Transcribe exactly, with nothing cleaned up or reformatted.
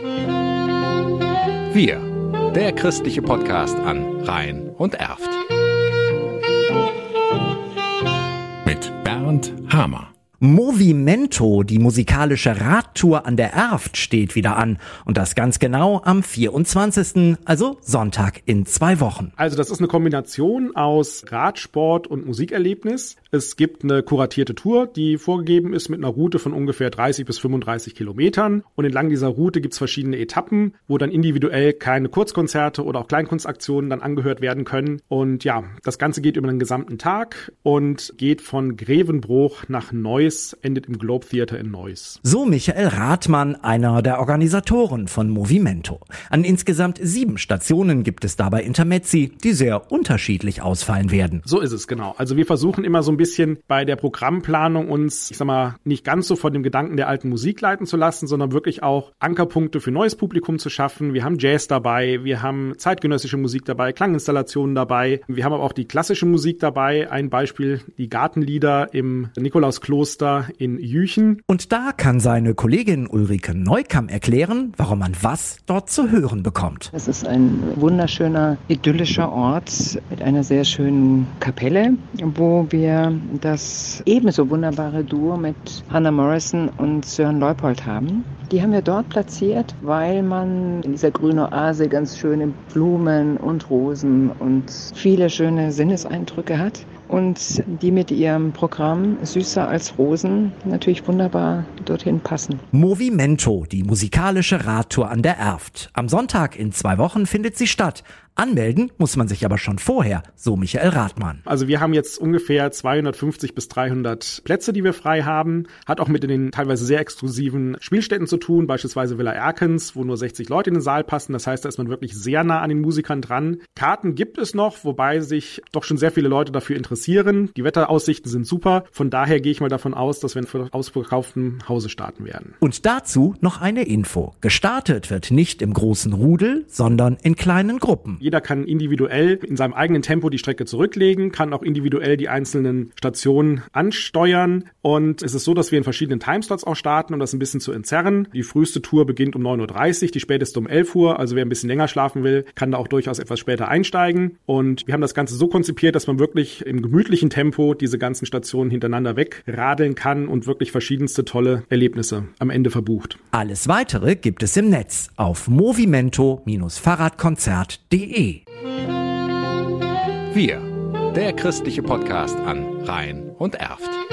Wir, der christliche Podcast an Rhein und Erft. Mit Bernd Hamer. Movimento, die musikalische Radtour an der Erft, steht wieder an. Und das ganz genau am vierundzwanzigsten, also Sonntag in zwei Wochen. Also das ist eine Kombination aus Radsport und Musikerlebnis. Es gibt eine kuratierte Tour, die vorgegeben ist mit einer Route von ungefähr dreißig bis fünfunddreißig Kilometern. Und entlang dieser Route gibt es verschiedene Etappen, wo dann individuell kleine Kurzkonzerte oder auch Kleinkunstaktionen dann angehört werden können. Und ja, das Ganze geht über den gesamten Tag und geht von Grevenbroich nach Neuss, endet im Globe Theater in Neuss. So Michael Rathmann, einer der Organisatoren von Movimento. An insgesamt sieben Stationen gibt es dabei Intermezzi, die sehr unterschiedlich ausfallen werden. So ist es, genau. Also wir versuchen immer so ein bisschen bei der Programmplanung uns, ich sag mal, nicht ganz so von dem Gedanken der alten Musik leiten zu lassen, sondern wirklich auch Ankerpunkte für neues Publikum zu schaffen. Wir haben Jazz dabei, wir haben zeitgenössische Musik dabei, Klanginstallationen dabei. Wir haben aber auch die klassische Musik dabei. Ein Beispiel, die Gartenlieder im Nikolauskloster in Jüchen. Und da kann seine Kollegin Ulrike Neukamm erklären, warum man was dort zu hören bekommt. Es ist ein wunderschöner, idyllischer Ort mit einer sehr schönen Kapelle, wo wir das ebenso wunderbare Duo mit Hannah Morrison und Sören Leupold haben. Die haben wir dort platziert, weil man in dieser grünen Oase ganz schöne Blumen und Rosen und viele schöne Sinneseindrücke hat. Und die mit ihrem Programm Süßer als Rosen natürlich wunderbar dorthin passen. Movimento, die musikalische Radtour an der Erft. Am Sonntag in zwei Wochen findet sie statt. Anmelden muss man sich aber schon vorher, so Michael Rathmann. Also wir haben jetzt ungefähr zweihundertfünfzig bis dreihundert Plätze, die wir frei haben. Hat auch mit den teilweise sehr exklusiven Spielstätten zu tun, beispielsweise Villa Erkens, wo nur sechzig Leute in den Saal passen. Das heißt, da ist man wirklich sehr nah an den Musikern dran. Karten gibt es noch, wobei sich doch schon sehr viele Leute dafür interessieren. Die Wetteraussichten sind super. Von daher gehe ich mal davon aus, dass wir von ausverkauftem Hause starten werden. Und dazu noch eine Info. Gestartet wird nicht im großen Rudel, sondern in kleinen Gruppen. Jeder kann individuell in seinem eigenen Tempo die Strecke zurücklegen, kann auch individuell die einzelnen Stationen ansteuern. Und es ist so, dass wir in verschiedenen Timeslots auch starten, um das ein bisschen zu entzerren. Die früheste Tour beginnt um neun Uhr dreißig, die späteste um elf Uhr. Also wer ein bisschen länger schlafen will, kann da auch durchaus etwas später einsteigen. Und wir haben das Ganze so konzipiert, dass man wirklich im gemütlichen Tempo diese ganzen Stationen hintereinander wegradeln kann und wirklich verschiedenste tolle Erlebnisse am Ende verbucht. Alles Weitere gibt es im Netz auf movimento Fahrradkonzert punkt de. Wir, der christliche Podcast an Rhein und Erft.